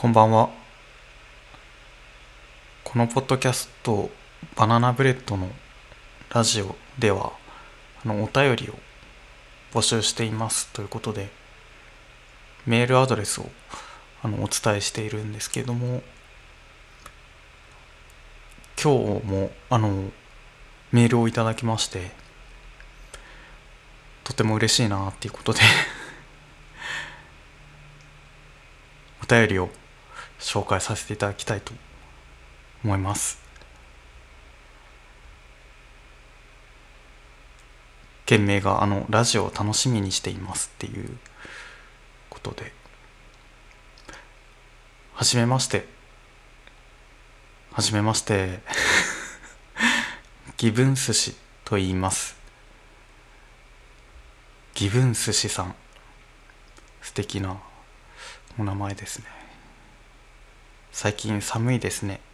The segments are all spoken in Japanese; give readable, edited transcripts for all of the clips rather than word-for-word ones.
こんばんは。このポッドキャストバナナブレッドのラジオではお便りを募集していますということで、メールアドレスをお伝えしているんですけれども、今日もメールをいただきまして、とても嬉しいなっていうことでお便りを紹介させていただきたいと思います。件名がラジオを楽しみにしていますっていうことで、はじめましてギブン寿司と言います。ギブン寿司さん、素敵なお名前ですね。最近寒いですね。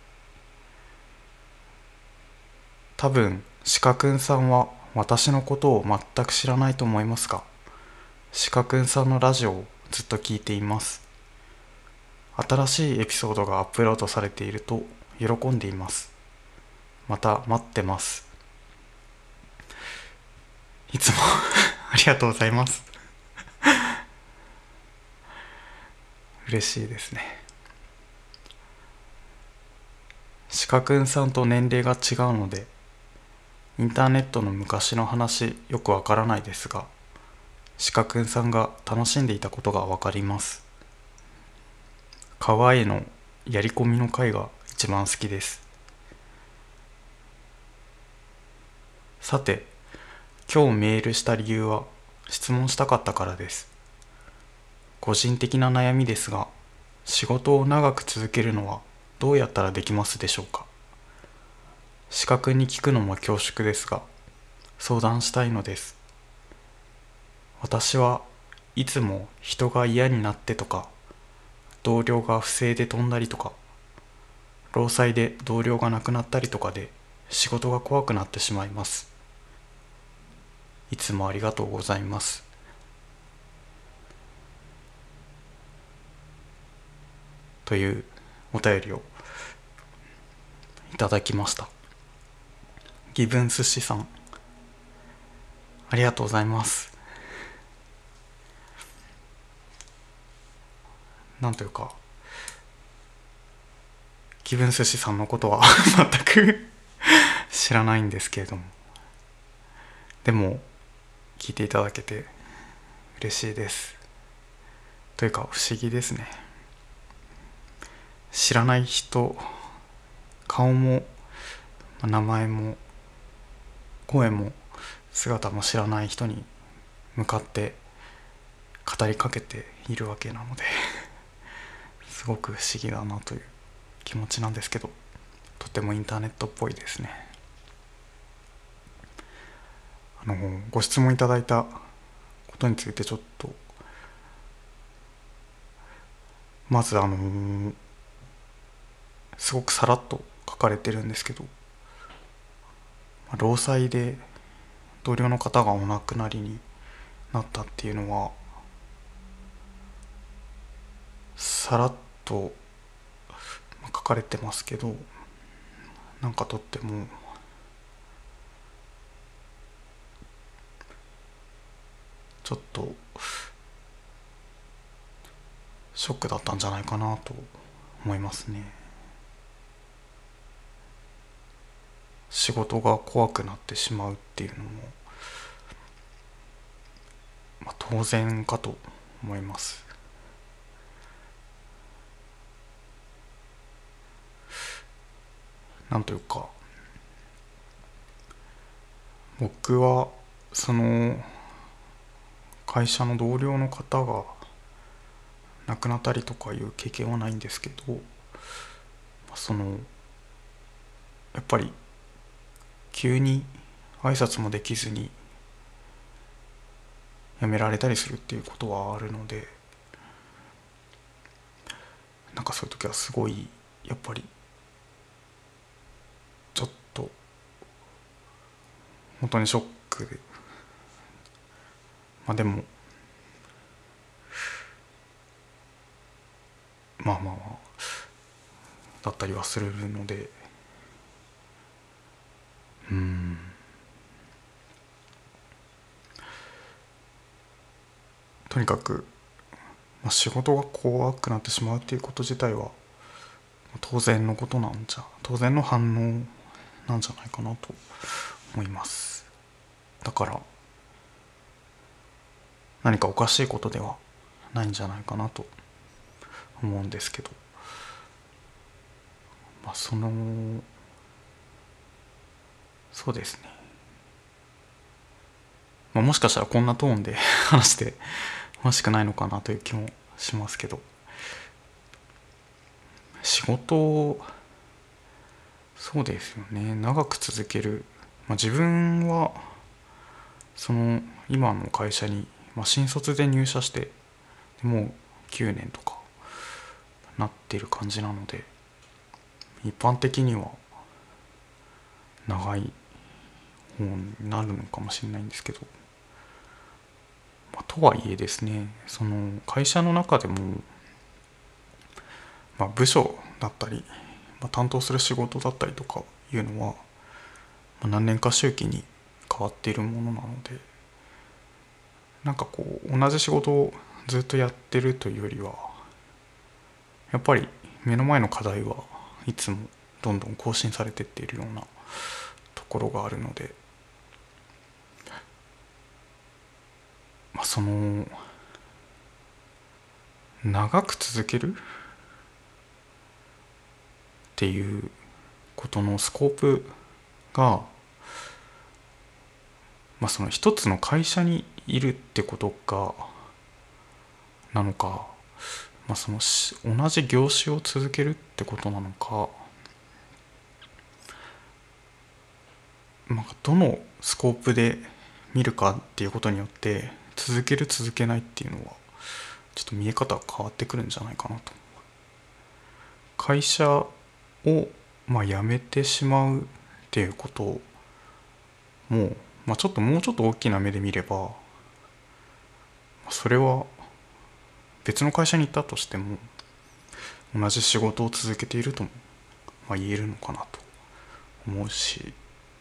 多分鹿くんさんは私のことを全く知らないと思いますが、鹿くんさんのラジオをずっと聞いています。新しいエピソードがアップロードされていると喜んでいます。また待ってます。いつもありがとうございます。嬉しいですね。鹿くんさんと年齢が違うのでインターネットの昔の話よくわからないですが、鹿くんさんが楽しんでいたことがわかります。川へのやり込みの回が一番好きです。さて、今日メールした理由は質問したかったからです。個人的な悩みですが、仕事を長く続けるのはどうやったらできますでしょうか。資格に聞くのも恐縮ですが、相談したいのです。私はいつも人が嫌になってとか、同僚が不正で飛んだりとか、労災で同僚が亡くなったりとかで仕事が怖くなってしまいます。いつもありがとうございます。というお便りをいただきました。ギブン寿司さん、ありがとうございます。なんというか、ギブン寿司さんのことは全く知らないんですけれども、でも聞いていただけて嬉しいです。というか不思議ですね。知らない人、顔も名前も声も姿も知らない人に向かって語りかけているわけなので、すごく不思議だなという気持ちなんですけど、とてもインターネットっぽいですね。ご質問いただいたことについてちょっと、まずすごくさらっと書かれてるんですけど、労災で同僚の方がお亡くなりになったっていうのはさらっと書かれてますけど、なんかとってもちょっとショックだったんじゃないかなと思いますね。仕事が怖くなってしまうっていうのも、当然かと思います。なんというか、僕はその会社の同僚の方が亡くなったりとかいう経験はないんですけど、やっぱり急に挨拶もできずに辞められたりするっていうことはあるので、なんかそういう時はすごいやっぱりちょっと本当にショックで、でもだったりはするので、とにかく、仕事が怖くなってしまうっていうこと自体は当然の反応なんじゃないかなと思います。だから何かおかしいことではないんじゃないかなと思うんですけど、そうですね、もしかしたらこんなトーンで話してほしくないのかなという気もしますけど、仕事をそうですよね、長く続ける、自分は今の会社に、新卒で入社してもう9年とかなってる感じなので、一般的には長い方になるのかもしれないんですけど、とはいえですね、会社の中でも、部署だったり、担当する仕事だったりとかいうのは、何年か周期に変わっているものなので、同じ仕事をずっとやってるというよりは、やっぱり目の前の課題はいつもどんどん更新されていっているようなところがあるので、長く続けるっていうことのスコープが、その一つの会社にいるってことがなのか、同じ業種を続けるってことなのか、どのスコープで見るかっていうことによって続ける続けないっていうのはちょっと見え方が変わってくるんじゃないかなと。会社を辞めてしまうっていうことも、もうちょっと大きな目で見れば、それは別の会社に行ったとしても同じ仕事を続けているとも言えるのかなと思うし、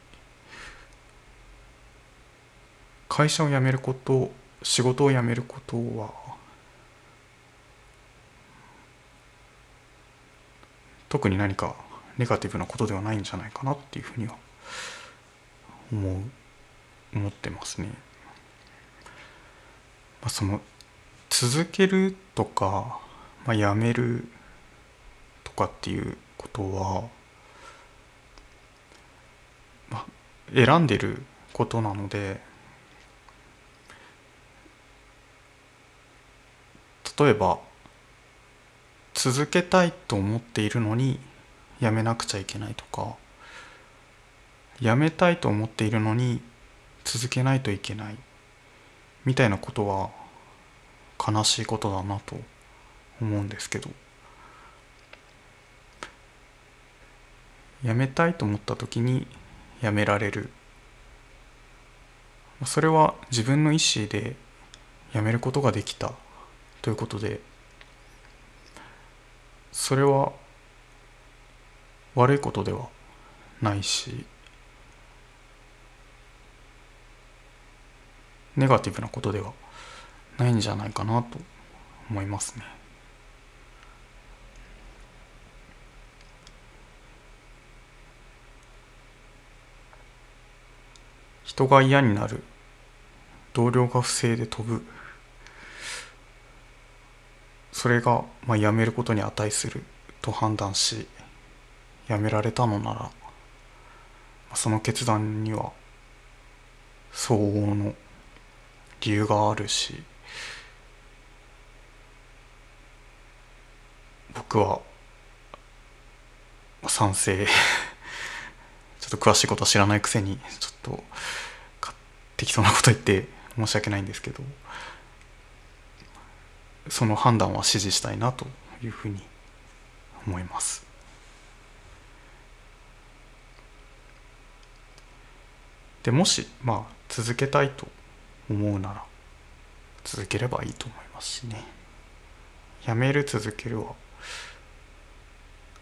会社を辞めること、仕事を辞めることは特に何かネガティブなことではないんじゃないかなっていうふうには思ってますね。続けるとか、やめるとかっていうことは、選んでることなので、例えば続けたいと思っているのにやめなくちゃいけないとか、やめたいと思っているのに続けないといけないみたいなことは悲しいことだなと思うんですけど、やめたいと思った時にやめられる、それは自分の意思でやめることができたということで、それは悪いことではないし、ネガティブなことではないんじゃないかなと思いますね。人が嫌になる、同僚が不正で飛ぶ、それが辞めることに値すると判断し辞められたのなら、その決断には相応の理由があるし、僕は賛成ちょっと詳しいことは知らないくせにちょっと適当なこと言って申し訳ないんですけど、その判断は支持したいなというふうに思います。でもし続けたいと思うなら続ければいいと思いますしね。やめる続けるは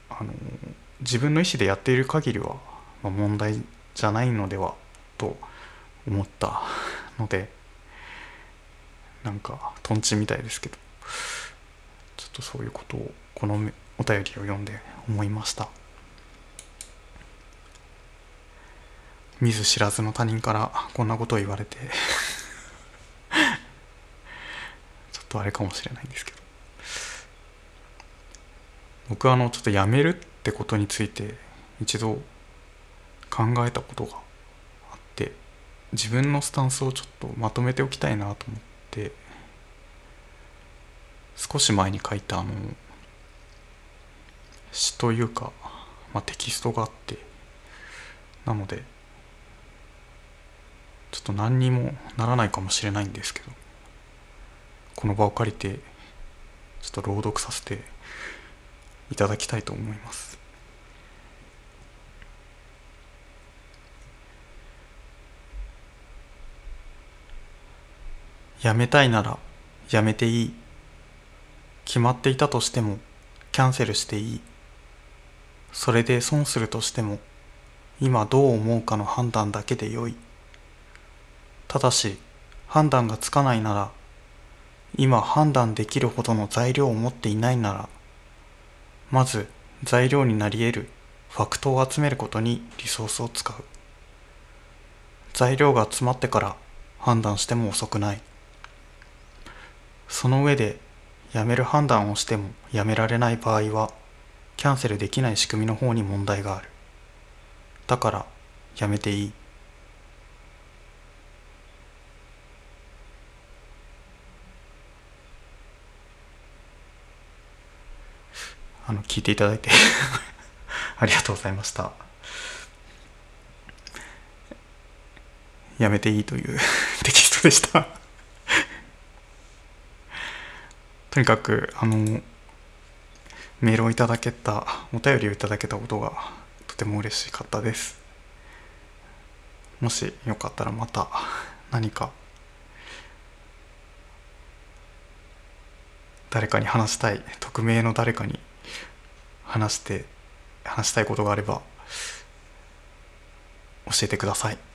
あの自分の意思でやっている限りは、問題じゃないのではと思ったので、なんかトンチみたいですけど、ちょっとそういうことをこのお便りを読んで思いました。見ず知らずの他人からこんなことを言われてちょっとあれかもしれないんですけど、僕はちょっと辞めるってことについて一度考えたことがあって、自分のスタンスをちょっとまとめておきたいなと思って、少し前に書いた詩というか、テキストがあって、なのでちょっと何にもならないかもしれないんですけど、この場を借りてちょっと朗読させていただきたいと思います。やめたいならやめていい。決まっていたとしてもキャンセルしていい。それで損するとしても今どう思うかの判断だけでよい。ただし判断がつかないなら、今判断できるほどの材料を持っていないなら、まず材料になり得るファクトを集めることにリソースを使う。材料が集まってから判断しても遅くない。その上でやめる判断をしてもやめられない場合は、キャンセルできない仕組みの方に問題がある。だからやめていい。聞いていただいてありがとうございました。やめていいというテキストでしたとにかくメールをいただけた、お便りをいただけたことがとても嬉しかったです。もしよかったらまた何か誰かに話したい、匿名の誰かに話したいことがあれば教えてください。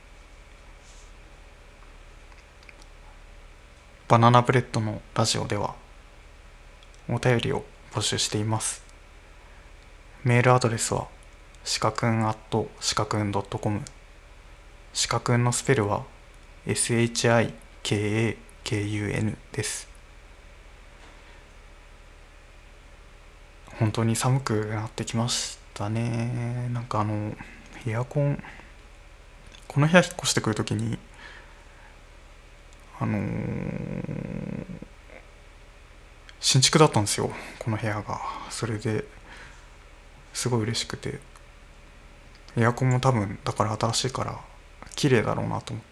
バナナブレッドのラジオではお便りを募集しています。メールアドレスはしかくんしかくん .com。 しかくんのスペルは SHIKAKUN です。本当に寒くなってきましたね。なんかエアコン、この部屋引っ越してくるときに新築だったんですよ、この部屋が。それですごい嬉しくて、エアコンも多分だから新しいから綺麗だろうなと思って、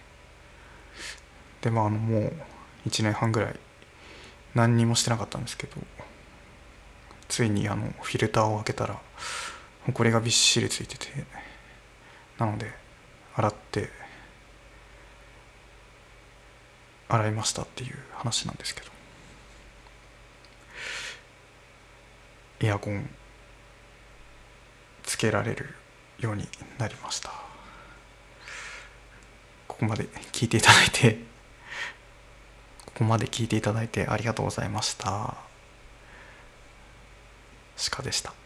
でもう1年半ぐらい何にもしてなかったんですけど、ついにフィルターを開けたらホコリがびっしりついてて、なので洗いましたっていう話なんですけど、エアコンつけられるようになりました。ここまで聞いていただいてありがとうございました。鹿でした。